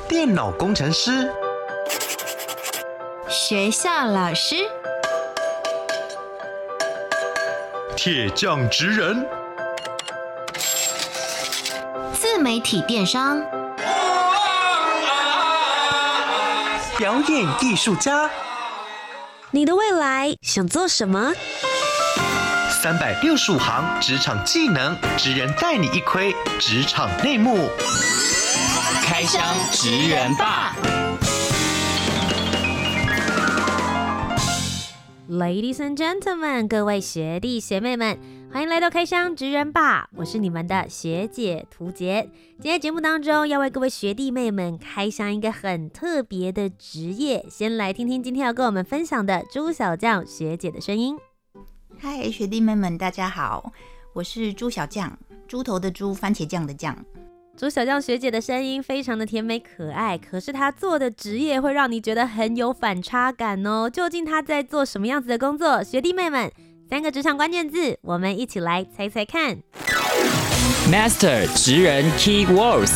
电脑工程师、 学校老师、 铁匠职人、 自媒体电商、 表演艺术家， 你的未来想做什么 365行职场技能，职人带你一窥职场内幕。 开箱职人吧 ！Ladies and gentlemen， 各位学弟学妹们，欢迎来到开箱职人吧！我是你们的学姐涂洁。今天节目当中要为各位学弟妹们开箱一个很特别的职业，先来听听今天要跟我们分享的朱小酱学姐的声音。 嗨，学弟妹们，大家好，我是朱小酱，猪头的猪，番茄酱的酱。 朱小酱学姐的声音非常的甜美可爱，可是她做的职业会让你觉得很有反差感哦。究竟她在做什么样子的工作？学弟妹们，3个职场关键字，我们一起来猜猜看。 Master 职人 Key Words。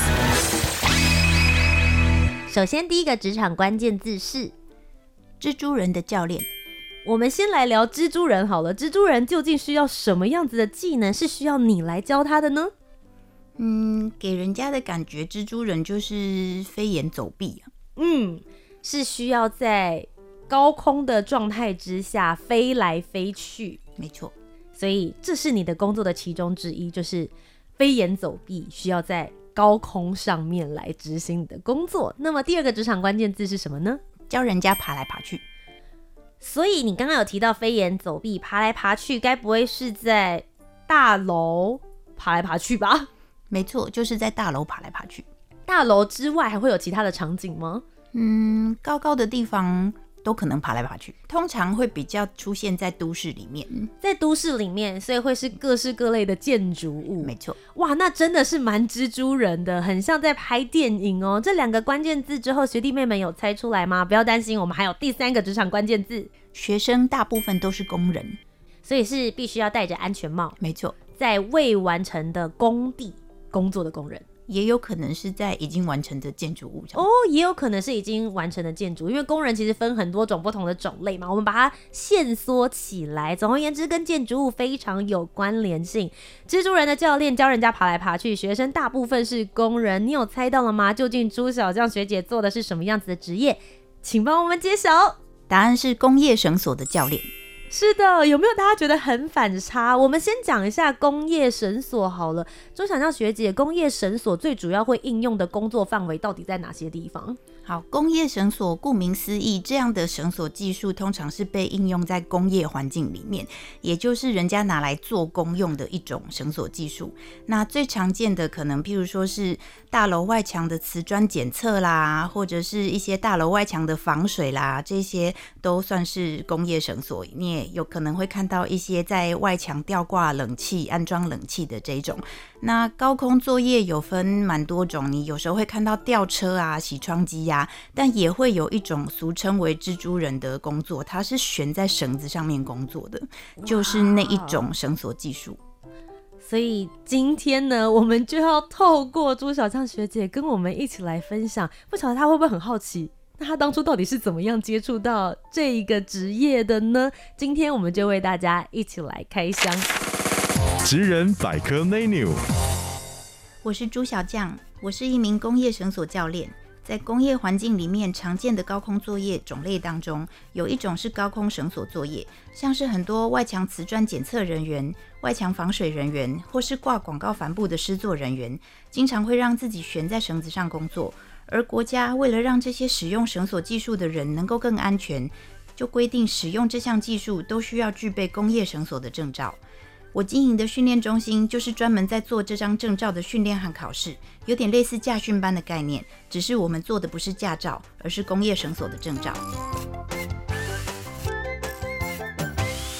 首先，第一个职场关键字是蜘蛛人的教练。 我们先来聊蜘蛛人好了。蜘蛛人究竟需要什么样子的技能？是需要你来教他的呢？ 给人家的感觉，蜘蛛人就是飞檐走壁啊。 是需要在高空的状态之下飞来飞去。 没错， 所以这是你的工作的其中之一，就是飞檐走壁，需要在高空上面来执行你的工作。那么第二个职场关键字是什么呢？ 教人家爬来爬去。 所以你刚刚有提到飞檐走壁、爬来爬去，该不会是在大楼爬来爬去吧？ 没错，就是在大楼爬来爬去。 大楼之外还会有其他的场景吗？ 高高的地方都可能爬来爬去，通常会比较出现在都市里面。 在都市里面，所以会是各式各类的建筑物。 没错。 哇，那真的是蛮蜘蛛人的，很像在拍电影哦。这2个关键字之后，学弟妹们有猜出来吗？不要担心，我们还有第3个职场关键字。 学生大部分都是工人， 所以是必须要戴着安全帽。 没错， 在未完成的工地工作的工人， 也有可能是在已经完成的建筑物上。 也有可能是已经完成的建筑，因为工人其实分很多种不同的种类嘛，我们把它限缩起来。总而言之，跟建筑物非常有关联性。蜘蛛人的教练教人家爬来爬去，学生大部分是工人。你有猜到了吗？究竟朱小酱学姐做的是什么样子的职业？请帮我们揭晓。 答案是工业绳索的教练。 是的，有没有大家觉得很反差？我们先讲一下工业绳索好了。朱小酱学姐，工业绳索最主要会应用的工作范围到底在哪些地方？ 好，工业绳索顾名思义，这样的绳索技术通常是被应用在工业环境里面，也就是人家拿来做工用的一种绳索技术。那最常见的可能譬如说是大楼外墙的瓷砖检测啦，或者是一些大楼外墙的防水啦，这些都算是工业绳索。你也有可能会看到一些在外墙吊挂冷气、安装冷气的这种。那高空作业有分蛮多种，你有时候会看到吊车啊、洗窗机啊，但也会有一种俗称为蜘蛛人的工作，它是悬在绳子上面工作的，就是那一种绳索技术。 所以今天呢，我们就要透过朱小酱学姐跟我们一起来分享，不晓得她会不会很好奇，那她当初到底是怎么样接触到这一个职业的呢？今天我们就为大家一起来开箱职人百科 menu。 我是朱小酱，我是一名工业绳索教练。在工业环境里面常见的高空作业种类当中，有一种是高空绳索作业，像是很多外墙瓷砖检测人员、外墙防水人员，或是挂广告帆布的施作人员，经常会让自己悬在绳子上工作。而国家为了让这些使用绳索技术的人能够更安全，就规定使用这项技术都需要具备工业绳索的证照。我经营的训练中心就是专门在做这张证照的训练和考试，有点类似驾训班的概念，只是我们做的不是驾照，而是工业绳索的证照。 那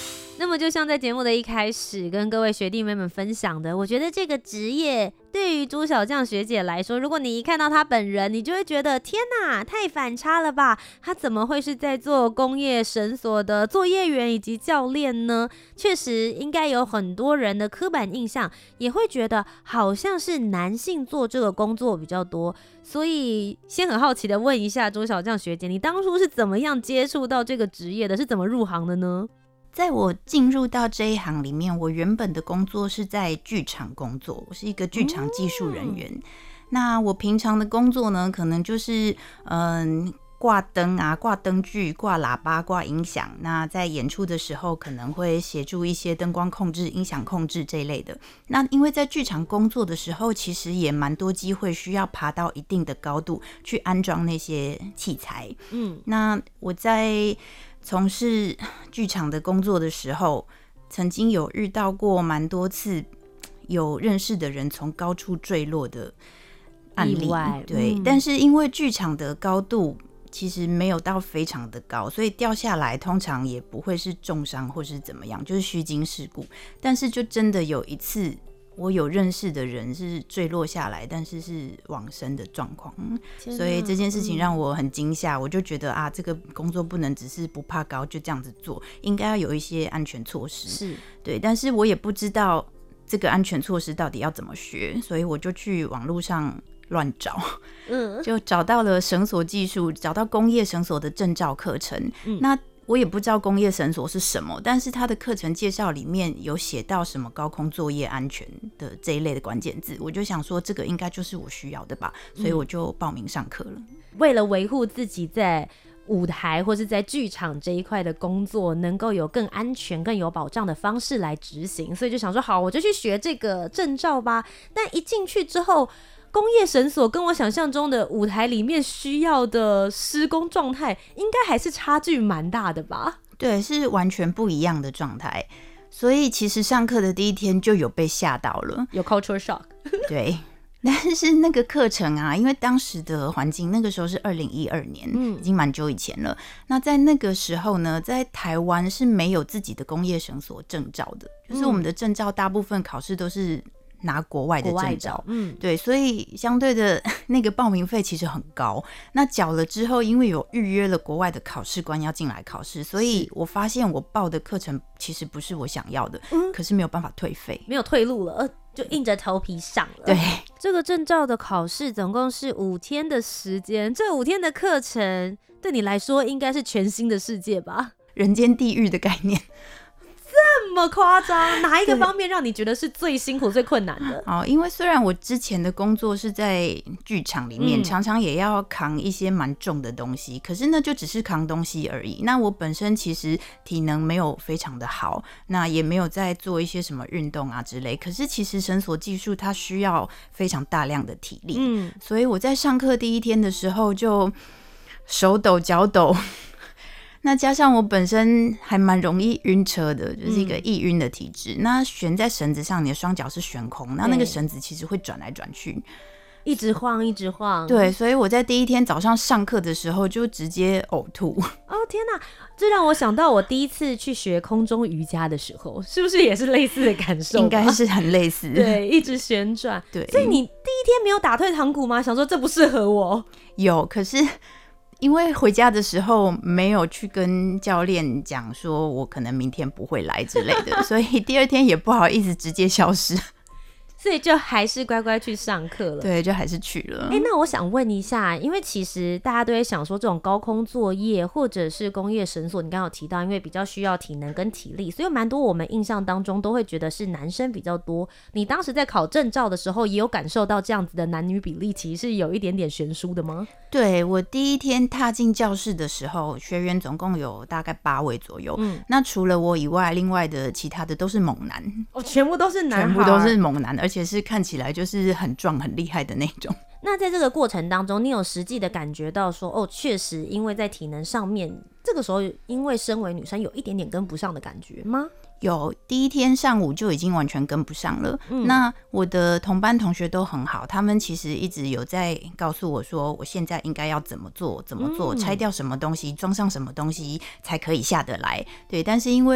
么就像在节目的一开始跟各位学弟妹们分享的，我觉得这个职业对于朱小将学姐来说，如果你一看到她本人，你就会觉得天哪，太反差了吧，她怎么会是在做工业诊所的作业员以及教练呢？确实应该有很多人的刻板印象也会觉得好像是男性做这个工作比较多，所以先很好奇的问一下朱小将学姐，你当初是怎么样接触到这个职业的，是怎么入行的呢？ 在我进入到这一行里面，我原本的工作是在剧场工作，我是一个剧场技术人员。那我平常的工作呢，可能就是挂灯啊、挂灯具、挂喇叭、挂音响。那在演出的时候，可能会协助一些灯光控制、音响控制这一类的。那因为在剧场工作的时候，其实也蛮多机会需要爬到一定的高度去安装那些器材。那我在从事剧场的工作的时候，曾经有遇到过蛮多次有认识的人从高处坠落的案例，对，但是因为剧场的高度其实没有到非常的高，所以掉下来通常也不会是重伤或是怎么样，就是虚惊事故。但是就真的有一次，我有认识的人是坠落下来，但是是往生的状况，所以这件事情让我很惊吓。我就觉得啊，这个工作不能只是不怕高就这样子做，应该要有一些安全措施。 是， 对，但是我也不知道这个安全措施到底要怎么学，所以我就去网络上乱找，就找到了绳索技术，找到工业绳索的证照课程。那我也不知道工业绳索是什么，但是它的课程介绍里面有写到什么高空作业安全的这一类的关键字，我就想说这个应该就是我需要的吧，所以我就报名上课了。 为了维护自己在舞台或是在剧场这一块的工作能够有更安全更有保障的方式来执行，所以就想说好，我就去学这个证照吧。但一进去之后，工业绳索跟我想象中的舞台里面需要的施工状态应该还是差距蛮大的吧？ 对，是完全不一样的状态。所以其实上课的第一天就有被吓到了， 有 culture shock 对，但是那个课程啊，因为当时的环境，那个时候是2012年，已经蛮久以前了。那在那个时候呢，在台湾是没有自己的工业绳索证照的，就是我们的证照大部分考试都是拿国外的证照，对，所以相对的那个报名费其实很高。那缴了之后，因为有预约了国外的考试官要进来考试，所以我发现我报的课程其实不是我想要的，可是没有办法退费， 没有退路了，就硬着头皮上了。 对， 这个证照的考试总共是5天的时间，这5天的课程对你来说应该是全新的世界吧？ 人间地狱的概念。 这么夸张？哪一个方面让你觉得是最辛苦最困难的？ 因为虽然我之前的工作是在剧场里面，常常也要扛一些蛮重的东西，可是呢就只是扛东西而已。那我本身其实体能没有非常的好，那也没有在做一些什么运动啊之类，可是其实绳索技术它需要非常大量的体力，所以我在上课第一天的时候就手抖脚抖，那加上我本身还蛮容易晕车的，就是一个易晕的体质。那悬在绳子上，你的双脚是悬空，那个绳子其实会转来转去， 一直晃一直晃。 对，所以我在第一天早上上课的时候就直接呕吐。 哦天哪，这让我想到我第一次去学空中瑜伽的时候，是不是也是类似的感受？ 应该是很类似。 对，一直旋转。对，所以你第一天没有打退堂鼓吗？想说这不适合我？ 有，可是因为回家的时候没有去跟教练讲说我可能明天不会来之类的，所以第二天也不好意思直接消失， 所以就还是乖乖去上课了。 对，就还是去了。 那我想问一下，因为其实大家都会想说这种高空作业或者是工业绳索，你刚刚有提到因为比较需要体能跟体力，所以蛮多我们印象当中都会觉得是男生比较多。你当时在考证照的时候也有感受到这样子的男女比例其实是有一点点悬殊的吗？ 对，我第一天踏进教室的时候，学员总共有大概8位左右，那除了我以外，另外的其他的都是猛男。 全部都是男孩， 全部都是猛男，而且是看起来就是很壮很厉害的那种。 那在这个过程当中，你有实际的感觉到说，确实因为在体能上面，这个时候因为身为女生有一点点跟不上的感觉吗？ 有，第一天上午就已经完全跟不上了。那我的同班同学都很好，他们其实一直有在告诉我说，我现在应该要怎么做，拆掉什么东西，装上什么东西才可以下得来。对，但是因为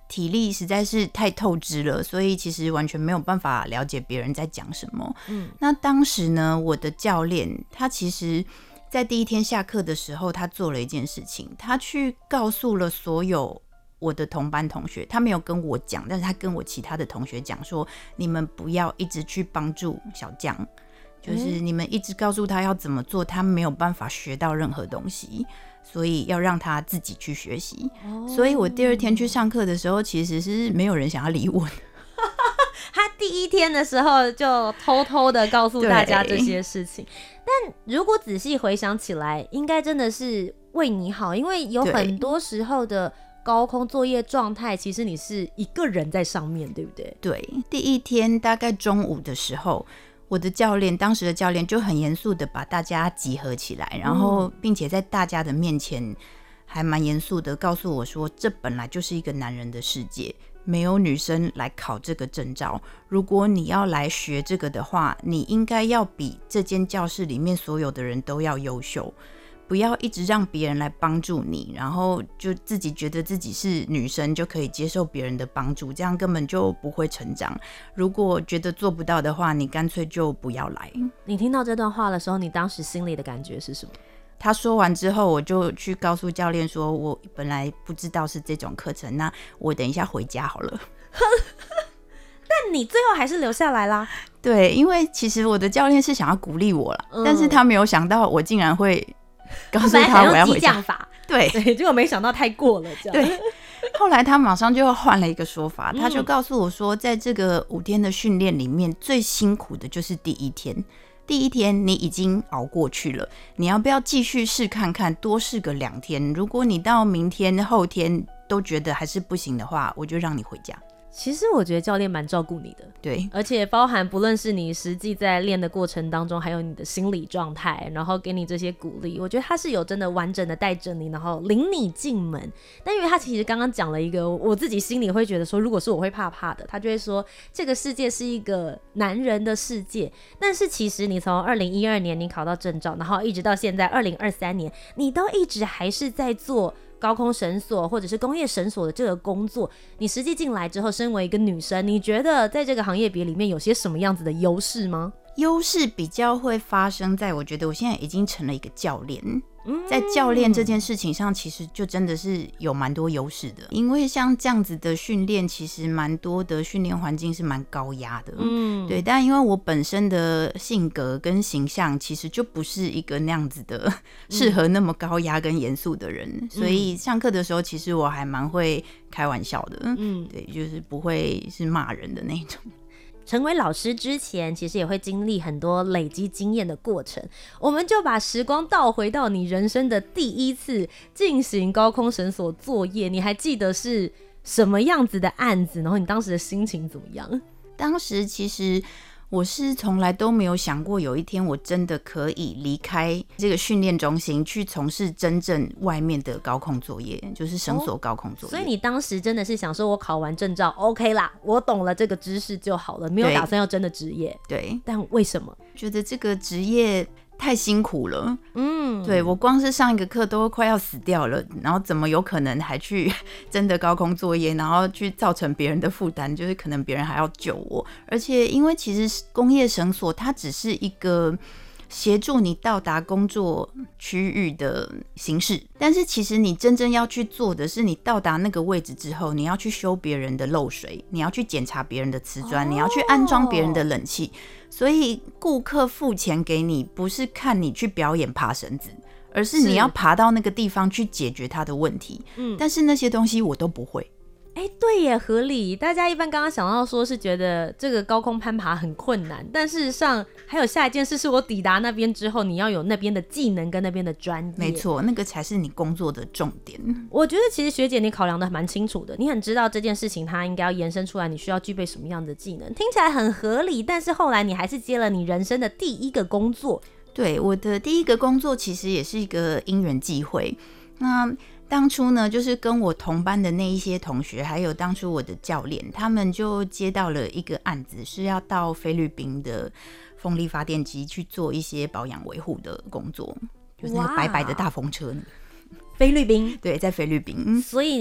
体力实在是太透支了，所以其实完全没有办法了解别人在讲什么。那当时呢，我的教练他其实在第一天下课的时候，他做了一件事情，他去告诉了所有我的同班同学，他没有跟我讲，但是他跟我其他的同学讲说，你们不要一直去帮助小将，就是你们一直告诉他要怎么做，他没有办法学到任何东西，所以要让他自己去学习。所以我第二天去上课的时候，其实是没有人想要理我的。 他第一天的时候就偷偷的告诉大家这些事情，但如果仔细回想起来，应该真的是为你好，因为有很多时候的高空作业状态，其实你是一个人在上面，对不对？ 对，第一天大概中午的时候，我的教练，当时的教练就很严肃的把大家集合起来，然后并且在大家的面前还蛮严肃的告诉我说，这本来就是一个男人的世界，没有女生来考这个证照，如果你要来学这个的话，你应该要比这间教室里面所有的人都要优秀，不要一直让别人来帮助你，然后就自己觉得自己是女生就可以接受别人的帮助，这样根本就不会成长。如果觉得做不到的话，你干脆就不要来。 你听到这段话的时候，你当时心里的感觉是什么？ 他说完之后，我就去告诉教练说，我本来不知道是这种课程，那我等一下回家好了。 但你最后还是留下来啦。 对，因为其实我的教练是想要鼓励我啦，但是他没有想到我竟然会告诉他我要回家。对， 结果没想到太过了这样。 对，后来他马上就换了一个说法，他就告诉我说，在这个5天的训练里面，最辛苦的就是第一天。第一天你已经熬过去了，你要不要继续试看看，多试个2天？如果你到明天、后天都觉得还是不行的话，我就让你回家。 其实我觉得教练蛮照顾你的， 对， 而且包含不论是你实际在练的过程当中，还有你的心理状态，然后给你这些鼓励，我觉得他是有真的完整的带着你，然后领你进门。但因为他其实刚刚讲了一个我自己心里会觉得说，如果是我会怕的，他就会说这个世界是一个男人的世界。但是其实你从2012年你考到证照，然后一直到现在2023年，你都一直还是在做高空绳索或者是工业绳索的这个工作。你实际进来之后，身为一个女生，你觉得在这个行业别里面有些什么样子的优势吗？ 优势比较会发生在我觉得我现在已经成了一个教练，在教练这件事情上，其实就真的是有蛮多优势的。因为像这样子的训练，其实蛮多的训练环境是蛮高压的，对。但因为我本身的性格跟形象，其实就不是一个那样子的适合那么高压跟严肃的人，所以上课的时候，其实我还蛮会开玩笑的，对，就是不会是骂人的那种。 成为老师之前，其实也会经历很多累积经验的过程。我们就把时光倒回到你人生的第一次进行高空绳索作业，你还记得是什么样子的案子？然后你当时的心情怎么样？ 当时其实我是从来都没有想过有一天我真的可以离开这个训练中心，去从事真正外面的高空作业，就是绳索高空作业。 所以你当时真的是想说，我考完证照 OK 啦，我懂了这个知识就好了，没有打算要真的职业。 对， 但为什么？ 觉得这个职业太辛苦了，对，我光是上一个课都快要死掉了，然后怎么有可能还去真的高空作业，然后去造成别人的负担，就是可能别人还要救我。而且因为其实工业绳索它只是一个协助你到达工作区域的形式，但是其实你真正要去做的是，你到达那个位置之后，你要去修别人的漏水，你要去检查别人的瓷砖，你要去安装别人的冷气。所以顾客付钱给你，不是看你去表演爬绳子，而是你要爬到那个地方去解决他的问题。但是那些东西我都不会。 对耶，合理。大家一般刚刚想到说是觉得这个高空攀爬很困难，但事实上还有下一件事是我抵达那边之后，你要有那边的技能跟那边的专业。 没错，那个才是你工作的重点。 我觉得其实学姐你考量的蛮清楚的，你很知道这件事情它应该要延伸出来，你需要具备什么样的技能，听起来很合理。但是后来你还是接了你人生的第一个工作。 对，我的第一个工作其实也是一个因缘际会。那当初呢，就是跟我同班的那一些同学，还有当初我的教练，他们就接到了一个案子，是要到菲律宾的风力发电机去做一些保养维护的工作，就是那个白白的大风车。 菲律宾？ 对，在菲律宾。 所以你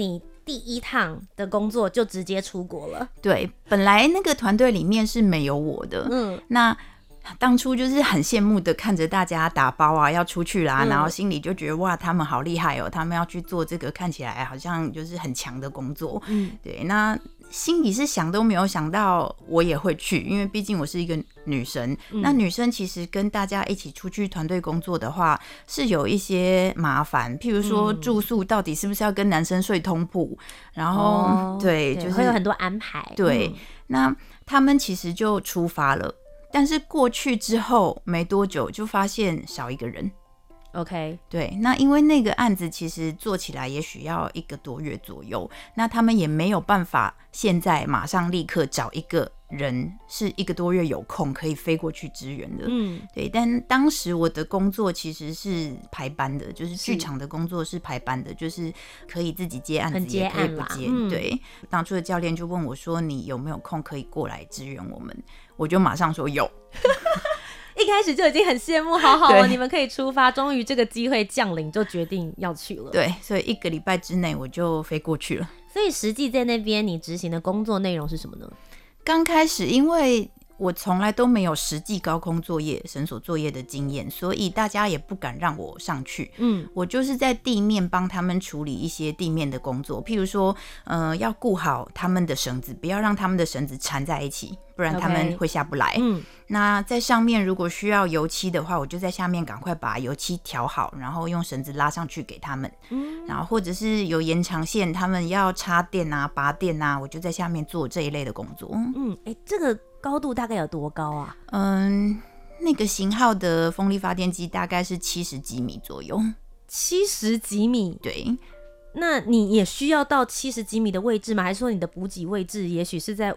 第一趟的工作就直接出国了。 对，本来那个团队里面是没有我的，那当初就是很羡慕的看着大家打包啊要出去啦，然后心里就觉得哇他们好厉害哦，他们要去做这个看起来好像就是很强的工作，对，那心里是想都没有想到我也会去，因为毕竟我是一个女生，那女生其实跟大家一起出去团队工作的话是有一些麻烦，譬如说住宿到底是不是要跟男生睡通铺，然后对，就是会有很多安排， 对，那他们其实就出发了，但是过去之后没多久就发现少一个人。 OK， 对，那因为那个案子其实做起来也许要1个多月左右，那他们也没有办法现在马上立刻找一个人是1个多月有空可以飞过去支援的。对，但当时我的工作其实是排班的，就是剧场的工作是排班的，就是可以自己接案子，也可以不接。对，当初的教练就问我说：“你有没有空可以过来支援我们？”我就马上说有。 一开始就已经很羡慕，好好哦，你们可以出发，终于这个机会降临，就决定要去了。 对，所以1个礼拜之内我就飞过去了。 所以实际在那边你执行的工作内容是什么呢？ 刚开始因为我从来都没有实际高空作业、绳索作业的经验，所以大家也不敢让我上去。我就是在地面帮他们处理一些地面的工作，譬如说，要顾好他们的绳子，不要让他们的绳子缠在一起，不然他们会下不来。那在上面如果需要油漆的话，我就在下面赶快把油漆调好，然后用绳子拉上去给他们。然后或者是有延长线，他们要插电啊、拔电啊，我就在下面做这一类的工作。 这个高度大概有多高啊？ 那个型号的风力发电机大概是70几米左右。 70几米？ 对。 那你也需要到70几米的位置吗？还是说你的补给位置也许是在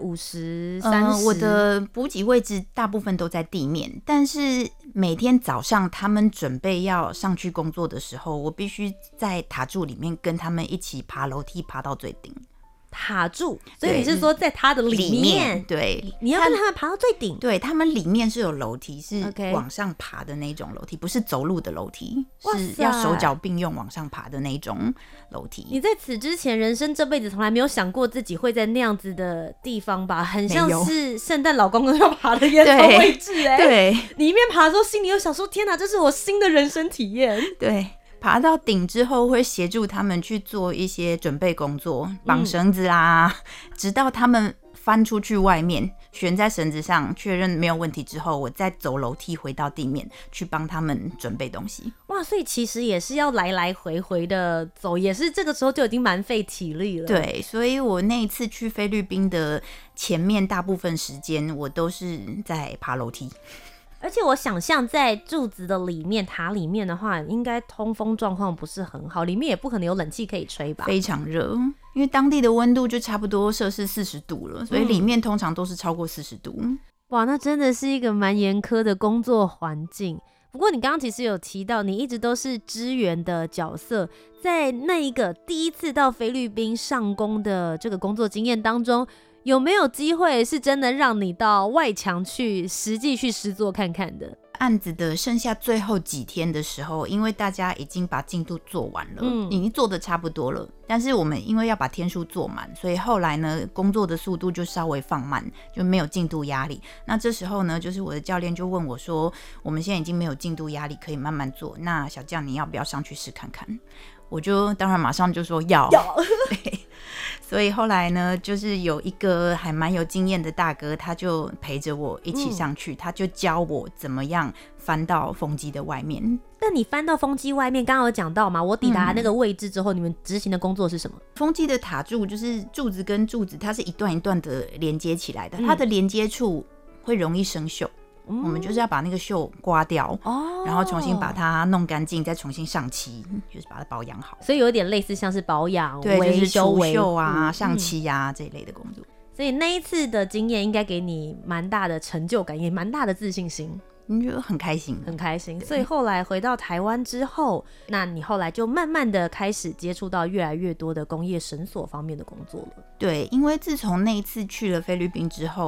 50、30？ 我的补给位置大部分都在地面，但是每天早上他们准备要上去工作的时候，我必须在塔柱里面跟他们一起爬楼梯爬到最顶。 塔柱，所以你是说在它的里面？ 对， 你要跟他们爬到最顶。 对，他们里面是有楼梯，是往上爬的那种楼梯，不是走路的楼梯，是要手脚并用往上爬的那种楼梯。 你在此之前人生这辈子从来没有想过自己会在那样子的地方吧？很像是圣诞老公公要爬的烟囱位置。 对， 你一边爬的时候心里又想说：天哪，这是我新的人生体验。 对。爬到顶之后会协助他们去做一些准备工作，绑绳子啦，直到他们翻出去外面悬在绳子上确认没有问题之后，我再走楼梯回到地面去帮他们准备东西。 哇，所以其实也是要来来回回的走，也是这个时候就已经蛮费体力了。 对，所以我那一次去菲律宾的前面大部分时间我都是在爬楼梯。 而且我想象在柱子的里面、塔里面的话，应该通风状况不是很好，里面也不可能有冷气可以吹吧？ 非常热，因为当地的温度就差不多摄氏40度了，所以里面通常都是超过40度。 哇，那真的是一个蛮严苛的工作环境。不过你刚刚其实有提到，你一直都是支援的角色，在那一个第一次到菲律宾上工的这个工作经验当中，有没有机会是真的让你到外墙去实际去实作看看的？ 案子的剩下最后几天的时候，因为大家已经把进度做完了，已经做的差不多了，但是我们因为要把天数做满，所以后来呢工作的速度就稍微放慢，就没有进度压力。那这时候呢，就是我的教练就问我说，我们现在已经没有进度压力，可以慢慢做，那小将你要不要上去试看看？我就当然马上就说要。对，所以后来呢，就是有一个还蛮有经验的大哥，他就陪着我一起上去，他就教我怎么样翻到风机的外面。 那你翻到风机外面，刚刚有讲到嘛？我抵达那个位置之后，你们执行的工作是什么？ 风机的塔柱就是柱子跟柱子，它是一段一段的连接起来的，它的连接处会容易生锈。我们就是要把那个锈刮掉，然后重新把它弄干净，再重新上漆，就是把它保养好。 所以有点类似像是保养、 对， 维修、 就是除锈啊、上漆啊这一类的工作。 所以那一次的经验应该给你蛮大的成就感，也蛮大的自信心。 你觉得很开心， 很开心。所以后来回到台湾之后，那你后来就慢慢的开始接触到越来越多的工业绳索方面的工作了。 对，因为自从那一次去了菲律宾之后，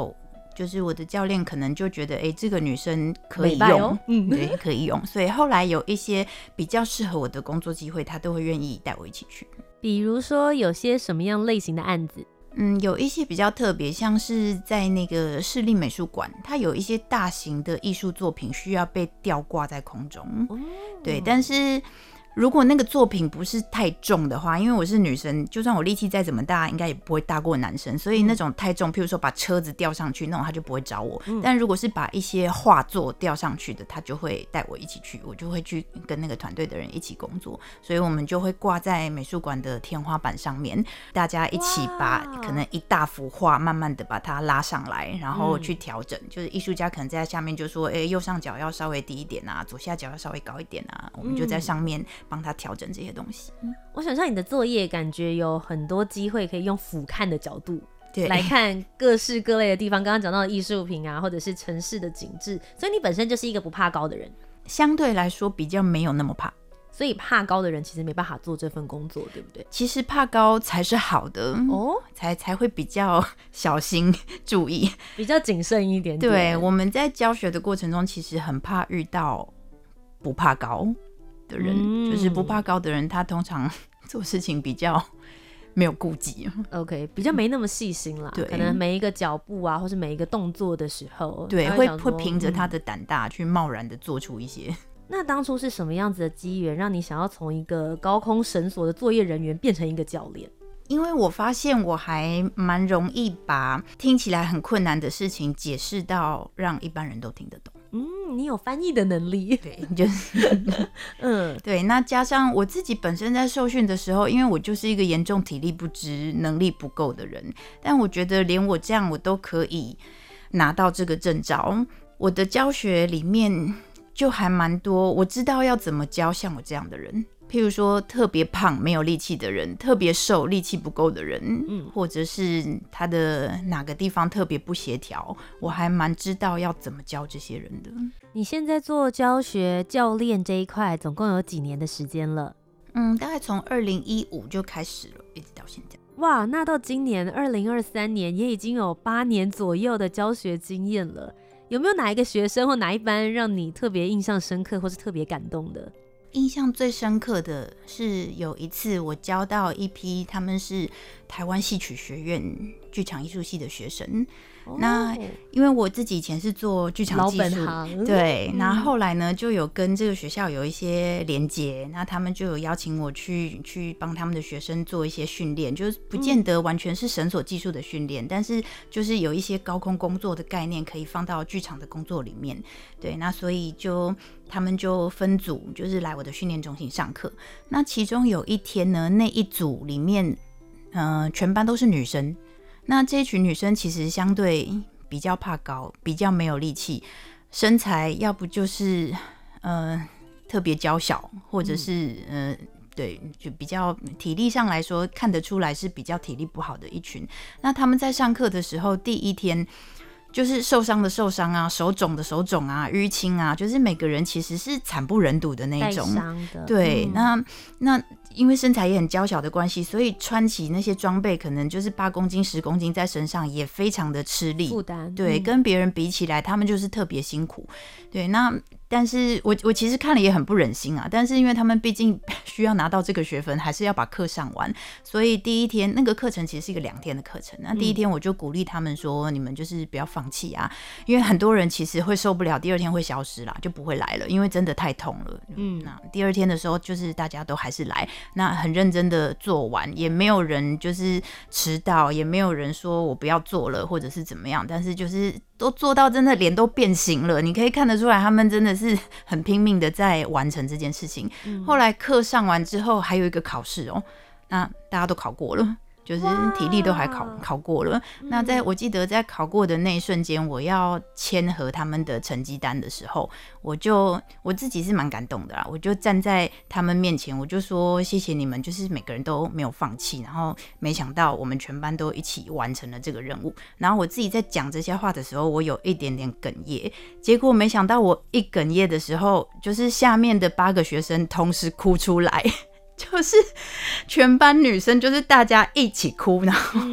就是我的教练可能就觉得这个女生可以用美白哦， 对，可以用，所以后来有一些比较适合我的工作机会，他都会愿意带我一起去。 比如说有些什么样类型的案子？ 有一些比较特别，像是在那个市立美术馆，它有一些大型的艺术作品需要被吊挂在空中，对，但是如果那个作品不是太重的话，因为我是女生，就算我力气再怎么大，应该也不会大过男生，所以那种太重，譬如说把车子吊上去那种，他就不会找我。但如果是把一些画作吊上去的，他就会带我一起去，我就会去跟那个团队的人一起工作，所以我们就会挂在美术馆的天花板上面，大家一起把可能一大幅画慢慢的把它拉上来，然后去调整，就是艺术家可能在下面就说，右上角要稍微低一点啊，左下角要稍微高一点啊，我们就在上面帮他调整这些东西。 我想象你的作业感觉有很多机会可以用俯瞰的角度对来看各式各类的地方，刚刚讲到的艺术品啊，或者是城市的景致，所以你本身就是一个不怕高的人， 相对来说比较没有那么怕。 所以怕高的人其实没办法做这份工作，对不对？ 其实怕高才是好的哦， 才会比较小心注意， 比较谨慎一点点。 对，我们在教学的过程中，其实很怕遇到不怕高的人，就是不怕高的人，他通常做事情比较没有顾忌。 OK， 比较没那么细心啦， 对， 可能每一个脚步啊，或是每一个动作的时候， 对， 会凭着他的胆大去贸然的做出一些。 那当初是什么样子的机缘，让你想要从一个高空绳索的作业人员变成一个教练？ 因为我发现我还蛮容易把听起来很困难的事情解释到让一般人都听得懂。 你有翻译的能力。 对，就是对。那加上我自己本身在受训的时候，因为我就是一个严重体力不支、能力不够的人，但我觉得连我这样我都可以拿到这个证照。我的教学里面就还蛮多，我知道要怎么教像我这样的人。譬如说特别胖没有力气的人，特别瘦力气不够的人，或者是他的哪个地方特别不协调，我还蛮知道要怎么教这些人的。 你现在做教学教练这一块总共有几年的时间了？ 大概从2015就开始了，一直到现在。 哇，那到今年2023年也已经有8年左右的教学经验了。有没有哪一个学生或哪一班让你特别印象深刻或是特别感动的？ 印象最深刻的是有一次我教到一批他们是台湾戏曲学院剧场艺术系的学生，那因为我自己以前是做剧场技术， 老本行， 对，那后来呢就有跟这个学校有一些连结，那他们就有邀请我去帮他们的学生做一些训练，就是不见得完全是绳索技术的训练，但是就是有一些高空工作的概念可以放到剧场的工作里面。对，那所以他们就分组，就是来我的训练中心上课。那其中有一天呢，那一组里面全班都是女生，那这一群女生其实相对比较怕高，比较没有力气，身材要不就是特别娇小，或者是对，就比较体力上来说看得出来是比较体力不好的一群。那他们在上课的时候，第一天就是受伤的受伤啊，手肿的手肿啊，淤青啊，就是每个人其实是惨不忍睹的那一种。 带伤的， 对，那因为身材也很娇小的关系，所以穿起那些装备可能就是8公斤、10公斤在身上，也非常的吃力， 负担。 对，跟别人比起来，他们就是特别辛苦。对，那但是我其实看了也很不忍心啊，但是因为他们毕竟需要拿到这个学分，还是要把课上完，所以第一天那个课程其实是一个2天的课程。那第一天我就鼓励他们说，你们就是不要放弃啊，因为很多人其实会受不了，第2天会消失啦，就不会来了，因为真的太痛了。那第2天的时候，就是大家都还是来，那很认真的做完，也没有人就是迟到，也没有人说我不要做了或者是怎么样，但是就是都做到真的脸都变形了，你可以看得出来他们真的是很拼命的在完成这件事情。后来课上完之后还有一个考试哦，那大家都考过了，就是体力都还考过了。那我记得在考过的那一瞬间，我要签合他们的成绩单的时候，我自己是蛮感动的啦。我就站在他们面前，我就说谢谢你们，就是每个人都没有放弃，然后没想到我们全班都一起完成了这个任务。然后我自己在讲这些话的时候，我有一点点哽咽，结果没想到我一哽咽的时候，就是下面的8个学生同时哭出来。就是全班女生，就是大家一起哭，然后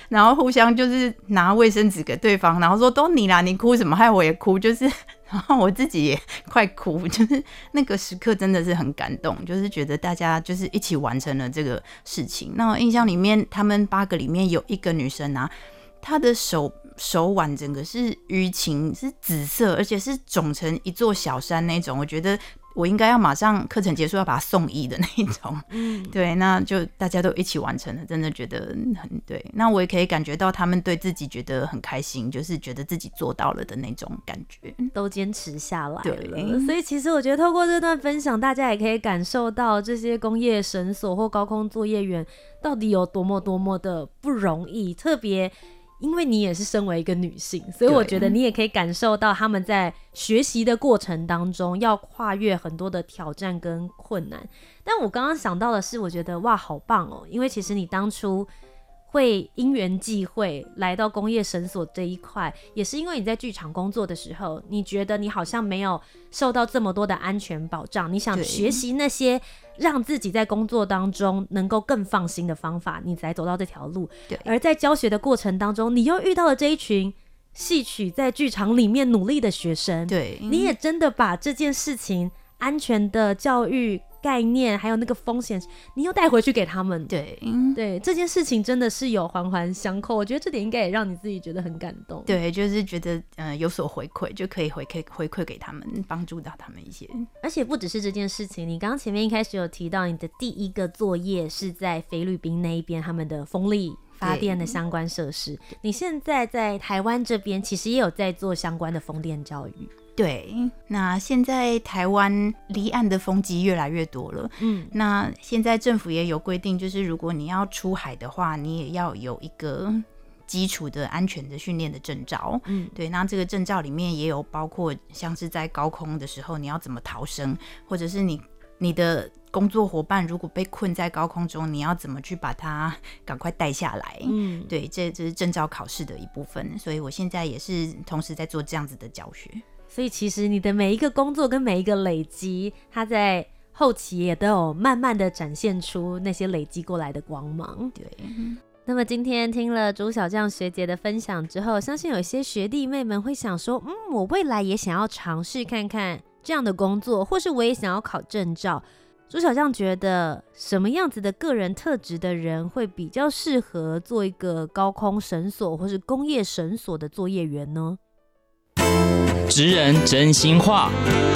然后互相就是拿卫生纸给对方，然后说都你啦，你哭什么害我也哭，就是然后我自己也快哭，就是那个时刻真的是很感动，就是觉得大家就是一起完成了这个事情。那我印象里面他们8个里面有一个女生啊，她的手腕整个是淤青，是紫色，而且是肿成一座小山那种，我觉得我应该要马上课程结束要把它送医的那种。对，那就大家都一起完成了，真的觉得很对。那我也可以感觉到他们对自己觉得很开心，就是觉得自己做到了的那种感觉， 都坚持下来了。 对， 所以其实我觉得透过这段分享，大家也可以感受到这些工业绳索或高空作业员到底有多么的不容易，特别因为你也是身为一个女性，所以我觉得你也可以感受到他们在学习的过程当中要跨越很多的挑战跟困难。但我刚刚想到的是，我觉得哇好棒哦，因为其实你当初会因缘际会来到工业绳索这一块，也是因为你在剧场工作的时候，你觉得你好像没有受到这么多的安全保障，你想学习那些让自己在工作当中能够更放心的方法，你才走到这条路。 对， 而在教学的过程当中，你又遇到了这一群戏曲在剧场里面努力的学生， 对， 你也真的把这件事情安全的教育概念还有那个风险你又带回去给他们。 对， 这件事情真的是有环环相扣，我觉得这点应该也让你自己觉得很感动。 对，就是觉得有所回馈，就可以回馈给他们，帮助到他们一些。 而且不只是这件事情，你刚刚前面一开始有提到你的第一个作业是在菲律宾那一边他们的风力发电的相关设施，你现在在台湾这边其实也有在做相关的风电教育。 对，那现在台湾离岸的风机越来越多了，那现在政府也有规定，就是如果你要出海的话，你也要有一个基础的安全的训练的证照。对，那这个证照里面也有包括像是在高空的时候你要怎么逃生，或者是你的工作伙伴如果被困在高空中，你要怎么去把它赶快带下来。对，这是证照考试的一部分，所以我现在也是同时在做这样子的教学。 所以其实你的每一个工作跟每一个累积，它在后期也都有慢慢的展现出那些累积过来的光芒。 对， 那么今天听了朱小将学姐的分享之后，相信有些学弟妹们会想说，我未来也想要尝试看看这样的工作，或是我也想要考证照。朱小将觉得什么样子的个人特质的人会比较适合做一个高空绳索或是工业绳索的作业员呢？ 职人真心话，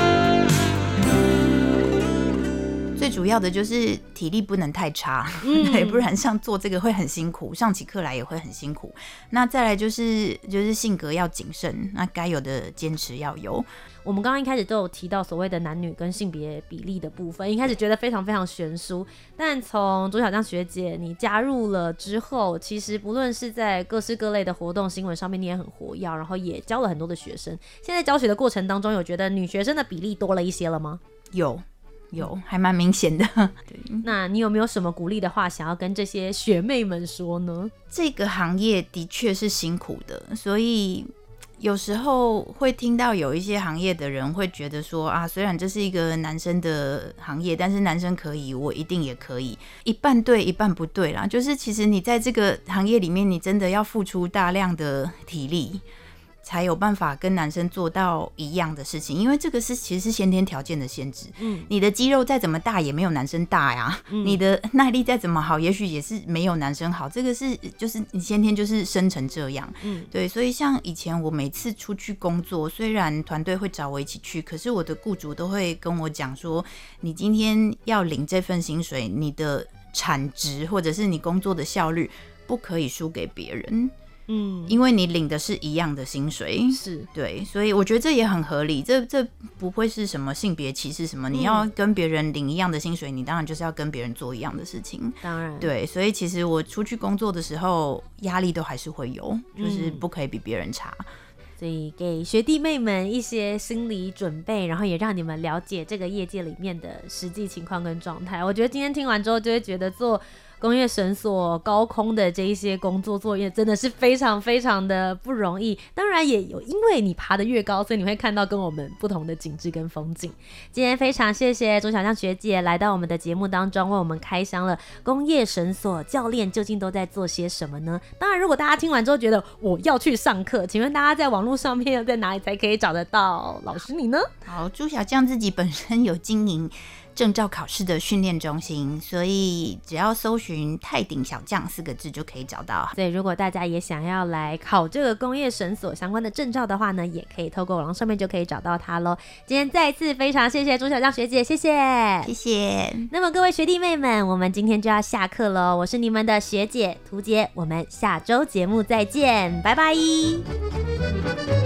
最主要的就是体力不能太差，对，不然像做这个会很辛苦，上起课来也会很辛苦。那再来就是性格要谨慎，那该有的坚持要有。 我们刚刚一开始都有提到所谓的男女跟性别比例的部分，一开始觉得非常非常悬殊，但从朱小将学姐你加入了之后，其实不论是在各式各类的活动新闻上面你也很活跃，然后也教了很多的学生。现在教学的过程当中，有觉得女学生的比例多了一些了吗？ 有，还蛮明显的。对， 那你有没有什么鼓励的话想要跟这些学妹们说呢？ 这个行业的确是辛苦的，所以有时候会听到有一些行业的人会觉得说啊，虽然这是一个男生的行业，但是男生可以，我一定也可以，一半对一半不对啦。就是其实你在这个行业里面，你真的要付出大量的体力，才有办法跟男生做到一样的事情，因为这个其实是先天条件的限制。你的肌肉再怎么大也没有男生大呀，你的耐力再怎么好，也许也是没有男生好。这个是就是你先天就是生成这样。对，所以像以前我每次出去工作，虽然团队会找我一起去，可是我的雇主都会跟我讲说，你今天要领这份薪水，你的产值或者是你工作的效率不可以输给别人。因为你领的是一样的薪水， 是对，所以我觉得这也很合理，这不会是什么性别歧视什么，你要跟别人领一样的薪水，你当然就是要跟别人做一样的事情， 当然对，所以其实我出去工作的时候压力都还是会有，就是不可以比别人差。 所以给学弟妹们一些心理准备，然后也让你们了解这个业界里面的实际情况跟状态。我觉得今天听完之后就会觉得做工业绳索高空的这一些工作作业真的是非常非常的不容易，当然也有因为你爬得越高，所以你会看到跟我们不同的景致跟风景。今天非常谢谢钟小象学姐来到我们的节目当中，为我们开箱了工业绳索教练究竟都在做些什么呢？当然如果大家听完之后觉得我要去上课，请问大家在网络上面在哪里才可以找得到老师你呢？ 好，朱小将自己本身有经营证照考试的训练中心，所以只要搜寻泰鼎小将4个字就可以找到。 所以如果大家也想要来考这个工业绳索相关的证照的话呢，也可以透过网络上面就可以找到它咯。今天再次非常谢谢朱小将学姐，谢谢。 谢谢。 那么各位学弟妹们，我们今天就要下课咯，我是你们的学姐涂洁，我们下周节目再见，拜拜。